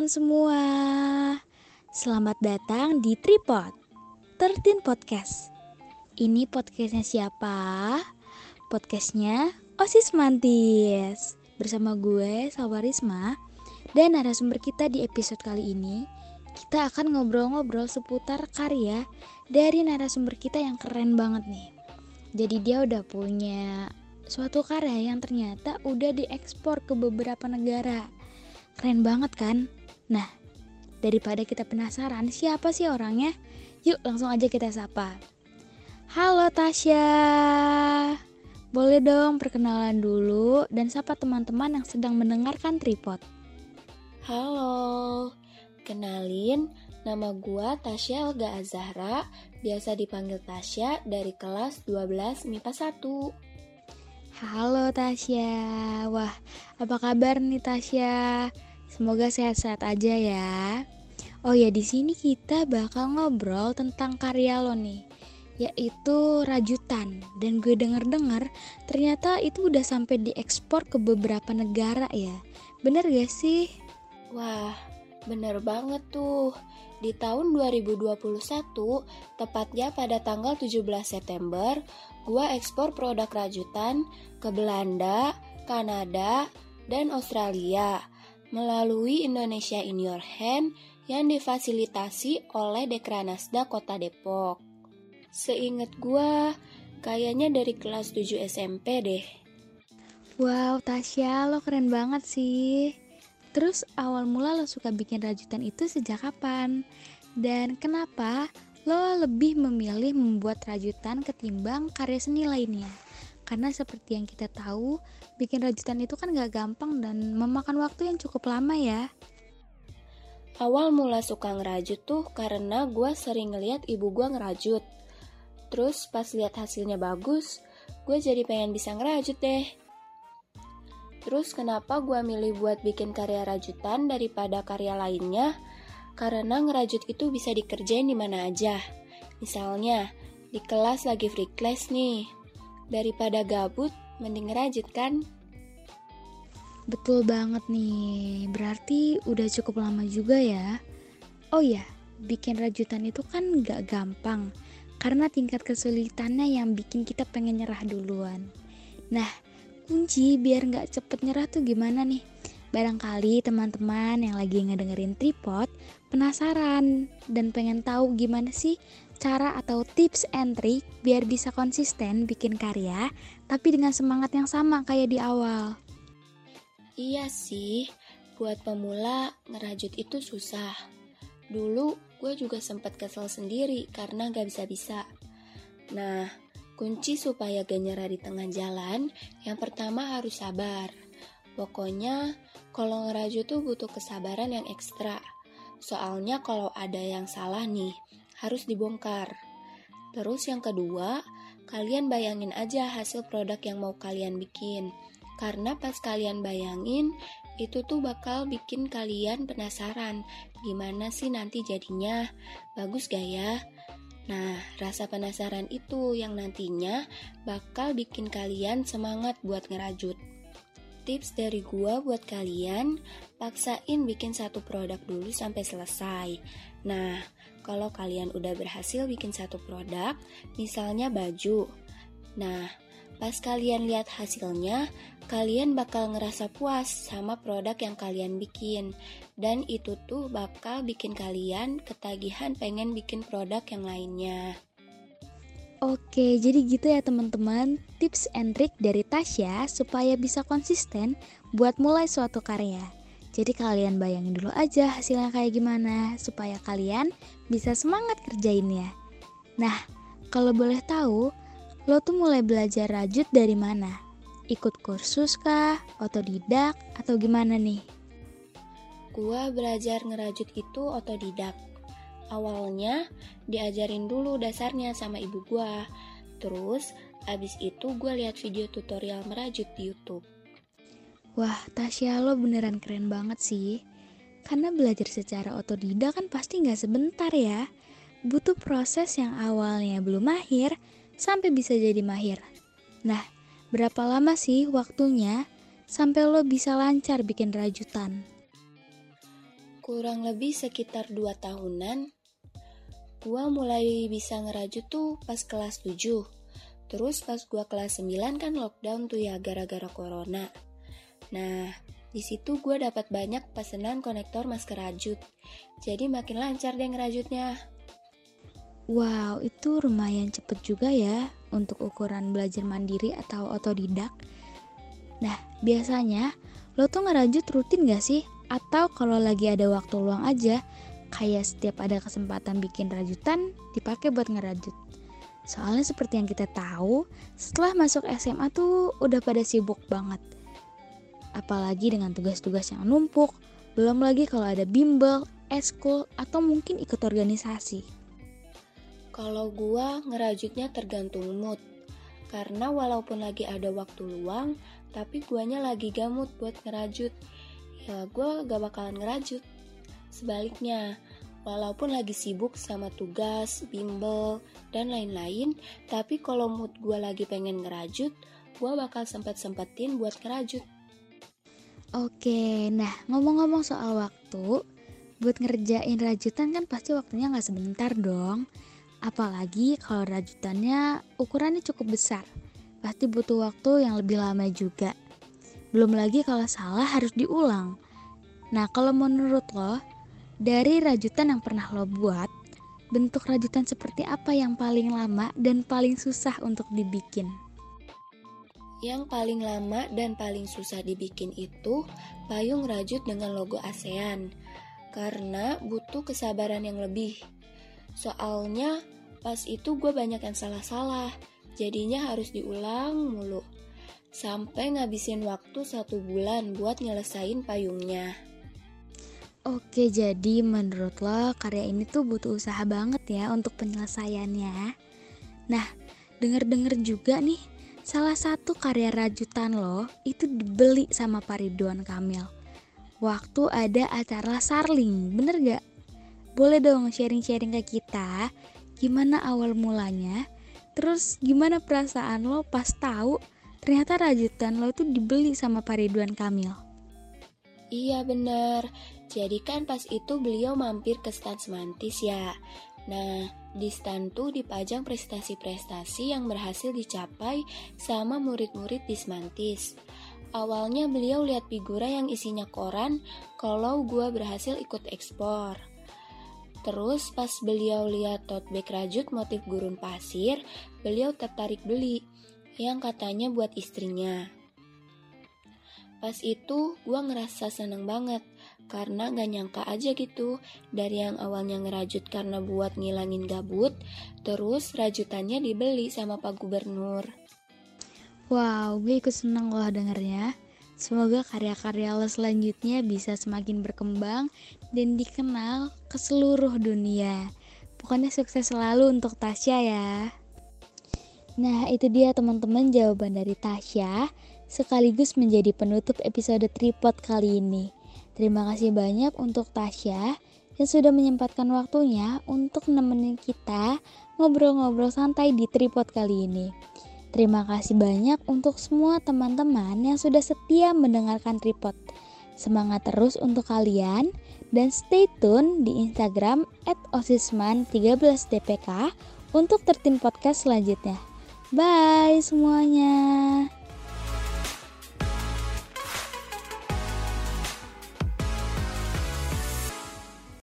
teman-teman semua. Selamat datang di Tripod 13 Podcast. Ini podcastnya siapa? Podcastnya OSIS Mantis. Bersama gue, Salwa Risma. Dan narasumber kita di episode kali ini, kita akan ngobrol-ngobrol seputar karya dari narasumber kita yang keren banget nih. Jadi dia udah punya suatu karya yang ternyata udah diekspor ke beberapa negara. Keren banget kan? Nah, daripada kita penasaran siapa sih orangnya, yuk langsung aja kita sapa. Halo Tasya, boleh dong perkenalan dulu dan sapa teman-teman yang sedang mendengarkan Tripod. Halo, kenalin, nama gua Tasya Elga Azahra, biasa dipanggil Tasya dari kelas 12 MIPA 1. Halo Tasya, wah apa kabar nih Tasya? Semoga sehat-sehat aja ya. Oh ya, di sini kita bakal ngobrol tentang karya lo nih, yaitu Rajutan. Dan gue denger-dengar ternyata itu udah sampai diekspor ke beberapa negara ya. Bener gak sih? Wah, bener banget tuh. Di tahun 2021, tepatnya pada tanggal 17 September, gua ekspor produk Rajutan ke Belanda, Kanada, dan Australia melalui Indonesia in Your Hand yang difasilitasi oleh Dekranasda Kota Depok. Seingat gua, kayaknya dari kelas 7 SMP deh. Wow Tasya, lo keren banget sih. Terus awal mula lo suka bikin rajutan itu sejak kapan? Dan kenapa lo lebih memilih membuat rajutan ketimbang karya seni lainnya? Karena seperti yang kita tahu, bikin rajutan itu kan gak gampang dan memakan waktu yang cukup lama ya. Awal mula suka ngerajut tuh karena gue sering ngeliat ibu gue ngerajut. Terus pas lihat hasilnya bagus, gue jadi pengen bisa ngerajut deh. Terus kenapa gue milih buat bikin karya rajutan daripada karya lainnya? Karena ngerajut itu bisa dikerjain di mana aja. Misalnya, di kelas lagi free class nih. Daripada gabut, mending ngerajut kan? Betul banget nih, berarti udah cukup lama juga ya. Oh ya, bikin rajutan itu kan gak gampang, karena tingkat kesulitannya yang bikin kita pengen nyerah duluan. Nah, kunci biar gak cepet nyerah tuh gimana nih? Barangkali teman-teman yang lagi ngedengerin Tripod penasaran dan pengen tahu gimana sih cara atau tips and trick biar bisa konsisten bikin karya tapi dengan semangat yang sama kayak di awal. Iya sih, buat pemula ngerajut itu susah. Dulu gue juga sempat kesel sendiri karena gak bisa-bisa. Nah, kunci supaya gak nyerah di tengah jalan, yang pertama harus sabar. Pokoknya, kalau ngerajut tuh butuh kesabaran yang ekstra. Soalnya kalau ada yang salah nih, harus dibongkar. Terus yang kedua, kalian bayangin aja hasil produk yang mau kalian bikin. Karena pas kalian bayangin, itu tuh bakal bikin kalian penasaran. Gimana sih nanti jadinya? Bagus gak ya? Nah, rasa penasaran itu yang nantinya bakal bikin kalian semangat buat ngerajut. Tips dari gua buat kalian, paksain bikin satu produk dulu sampai selesai. Nah, kalau kalian udah berhasil bikin satu produk, misalnya baju. Nah, pas kalian lihat hasilnya, kalian bakal ngerasa puas sama produk yang kalian bikin. Dan itu tuh bakal bikin kalian ketagihan pengen bikin produk yang lainnya. Oke, jadi gitu ya teman-teman, tips and trick dari Tasya supaya bisa konsisten buat mulai suatu karya. Jadi kalian bayangin dulu aja hasilnya kayak gimana supaya kalian bisa semangat kerjainnya. Nah, kalau boleh tahu, lo tuh mulai belajar rajut dari mana? Ikut kursus kah? Otodidak? Atau gimana nih? Gua belajar ngerajut itu otodidak. Awalnya diajarin dulu dasarnya sama ibu gua. Terus abis itu gua lihat video tutorial merajut di YouTube. Wah, Tasya lo beneran keren banget sih. Karena belajar secara otodidak kan pasti gak sebentar ya. Butuh proses yang awalnya belum mahir sampai bisa jadi mahir. Nah, berapa lama sih waktunya sampai lo bisa lancar bikin rajutan? Kurang lebih sekitar 2 tahunan, gua mulai bisa ngerajut tuh pas kelas 7. Terus pas gua kelas 9 kan lockdown tuh ya gara-gara corona. Nah, di situ gua dapat banyak pesanan konektor masker rajut. Jadi makin lancar deh ngerajutnya. Wow, itu lumayan cepet juga ya untuk ukuran belajar mandiri atau otodidak. Nah, biasanya lo tuh ngerajut rutin gak sih? Atau kalau lagi ada waktu luang aja, kayak setiap ada kesempatan bikin rajutan, dipakai buat ngerajut. Soalnya seperti yang kita tahu, setelah masuk SMA tuh udah pada sibuk banget. Apalagi dengan tugas-tugas yang numpuk, belum lagi kalau ada bimbel, eskul, atau mungkin ikut organisasi. Kalau gua ngerajutnya tergantung mood. Karena walaupun lagi ada waktu luang, tapi guanya lagi gamut buat ngerajut. Ya gua gak bakalan ngerajut. Sebaliknya, walaupun lagi sibuk sama tugas, bimbel, dan lain-lain, tapi kalau mood gua lagi pengen ngerajut, gua bakal sempet-sempetin buat ngerajut. Oke, nah ngomong-ngomong soal waktu, buat ngerjain rajutan kan pasti waktunya gak sebentar dong. Apalagi kalau rajutannya ukurannya cukup besar, pasti butuh waktu yang lebih lama juga. Belum lagi kalau salah harus diulang. Nah, kalau menurut lo, dari rajutan yang pernah lo buat, bentuk rajutan seperti apa yang paling lama dan paling susah untuk dibikin? Yang paling lama dan paling susah dibikin itu payung rajut dengan logo ASEAN. Karena butuh kesabaran yang lebih. Soalnya pas itu gue banyak yang salah-salah, jadinya harus diulang mulu. Sampai ngabisin waktu 1 bulan buat nyelesain payungnya. Oke, jadi menurut lo karya ini tuh butuh usaha banget ya untuk penyelesaiannya. Nah, denger-denger juga nih, salah satu karya rajutan lo itu dibeli sama Pak Ridwan Kamil waktu ada acara Sarling, bener gak? Boleh dong sharing-sharing ke kita gimana awal mulanya, terus gimana perasaan lo pas tahu ternyata rajutan lo itu dibeli sama Pak Ridwan Kamil. Iya bener, jadi kan pas itu beliau mampir ke stand Semantis ya. Nah, di stand tuh dipajang prestasi-prestasi yang berhasil dicapai sama murid-murid di Semantis. Awalnya beliau lihat figura yang isinya koran kalau gua berhasil ikut ekspor. Terus pas beliau lihat tote bag rajut motif gurun pasir, beliau tertarik beli, yang katanya buat istrinya. Pas itu gue ngerasa seneng banget, karena gak nyangka aja gitu, dari yang awalnya ngerajut karena buat ngilangin gabut, terus rajutannya dibeli sama Pak Gubernur. Wow, gue ikut seneng loh dengernya. Semoga karya-karya lo selanjutnya bisa semakin berkembang dan dikenal ke seluruh dunia. Pokoknya sukses selalu untuk Tasya ya. Nah, itu dia teman-teman jawaban dari Tasya, sekaligus menjadi penutup episode Tripod kali ini. Terima kasih banyak untuk Tasya yang sudah menyempatkan waktunya untuk nemenin kita ngobrol-ngobrol santai di Tripod kali ini. Terima kasih banyak untuk semua teman-teman yang sudah setia mendengarkan Tripod. Semangat terus untuk kalian dan stay tune di Instagram @osisman13dpk untuk 13 podcast selanjutnya. Bye semuanya.